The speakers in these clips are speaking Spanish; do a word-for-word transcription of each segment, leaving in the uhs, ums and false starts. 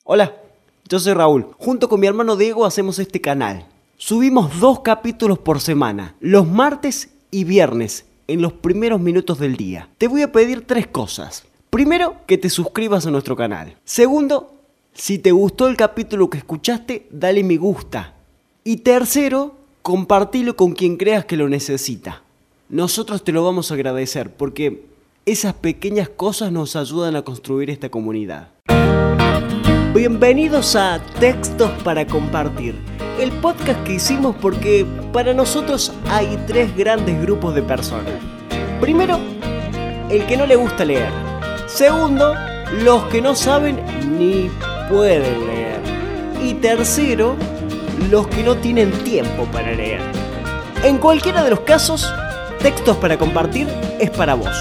Hola, yo soy Raúl. Junto con mi hermano Diego hacemos este canal. Subimos dos capítulos por semana, los martes y viernes, en los primeros minutos del día. Te voy a pedir tres cosas. Primero, que te suscribas a nuestro canal. Segundo, si te gustó el capítulo que escuchaste, dale me gusta. Y tercero, compartilo con quien creas que lo necesita. Nosotros te lo vamos a agradecer porque esas pequeñas cosas nos ayudan a construir esta comunidad. Bienvenidos a Textos para Compartir, el podcast que hicimos porque para nosotros hay tres grandes grupos de personas. Primero, el que no le gusta leer. Segundo, los que no saben ni pueden leer. Y tercero, los que no tienen tiempo para leer. En cualquiera de los casos, Textos para Compartir es para vos.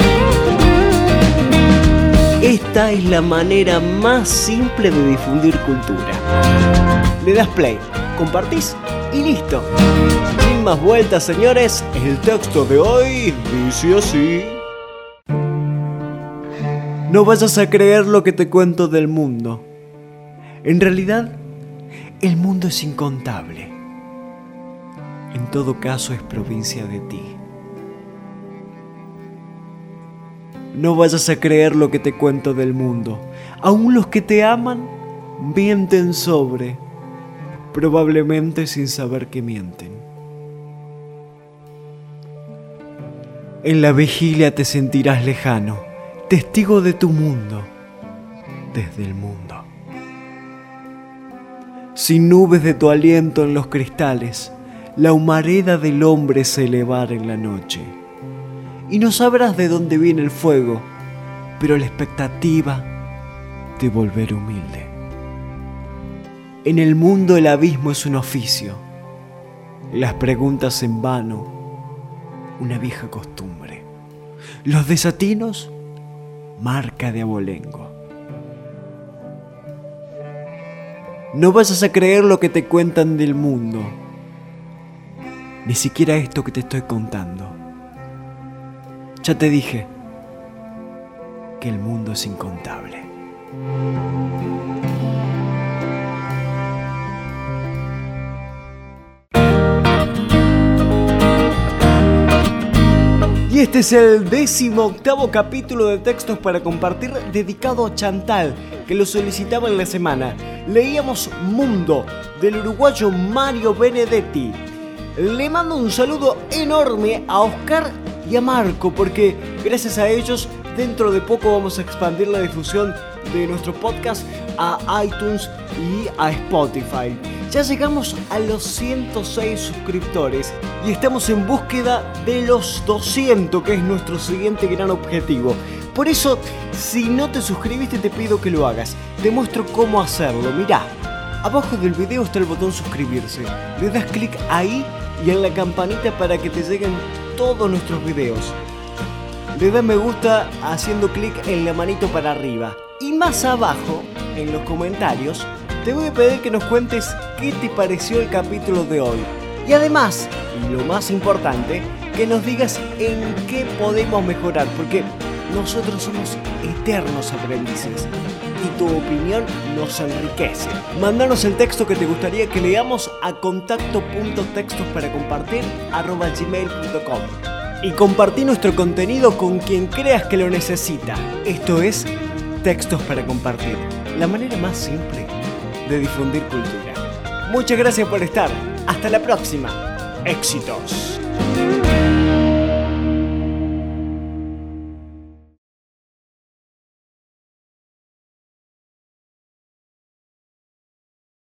Esta es la manera más simple de difundir cultura. Le das play, compartís y listo. Sin más vueltas, señores, el texto de hoy dice así. No vayas a creer lo que te cuento del mundo. En realidad, el mundo es incontable. En todo caso, es provincia de ti. No vayas a creer lo que te cuento del mundo. Aún los que te aman mienten sobre, probablemente sin saber que mienten. En la vigilia te sentirás lejano, testigo de tu mundo, desde el mundo. Sin nubes de tu aliento en los cristales, la humareda del hombre se elevará en la noche. Y no sabrás de dónde viene el fuego, pero la expectativa de volver humilde. En el mundo el abismo es un oficio, las preguntas en vano, una vieja costumbre. Los desatinos, marca de abolengo. No vayas a creer lo que te cuentan del mundo, ni siquiera esto que te estoy contando. Ya te dije que el mundo es incontable. Y este es el décimo octavo capítulo de Textos para Compartir dedicado a Chantal, que lo solicitaba en la semana. Leíamos Mundo, del uruguayo Mario Benedetti. Le mando un saludo enorme a Oscar y a Marco, porque gracias a ellos dentro de poco vamos a expandir la difusión de nuestro podcast a iTunes y a Spotify. Ya llegamos a los ciento seis suscriptores y estamos en búsqueda de los doscientos, que es nuestro siguiente gran objetivo. Por eso, si no te suscribiste, te pido que lo hagas. Te muestro cómo hacerlo. Mirá, abajo del video está el botón suscribirse. Le das clic ahí y en la campanita para que te lleguen todos nuestros videos. Le das me gusta haciendo clic en la manito para arriba. Y más abajo, en los comentarios, te voy a pedir que nos cuentes qué te pareció el capítulo de hoy. Y además, y lo más importante, que nos digas en qué podemos mejorar, porque nosotros somos eternos aprendices y tu opinión nos enriquece. Mándanos el texto que te gustaría que leamos a contacto punto textos para compartir arroba gmail punto com y compartí nuestro contenido con quien creas que lo necesita. Esto es Textos para Compartir, la manera más simple de difundir cultura. Muchas gracias por estar. Hasta la próxima. Éxitos.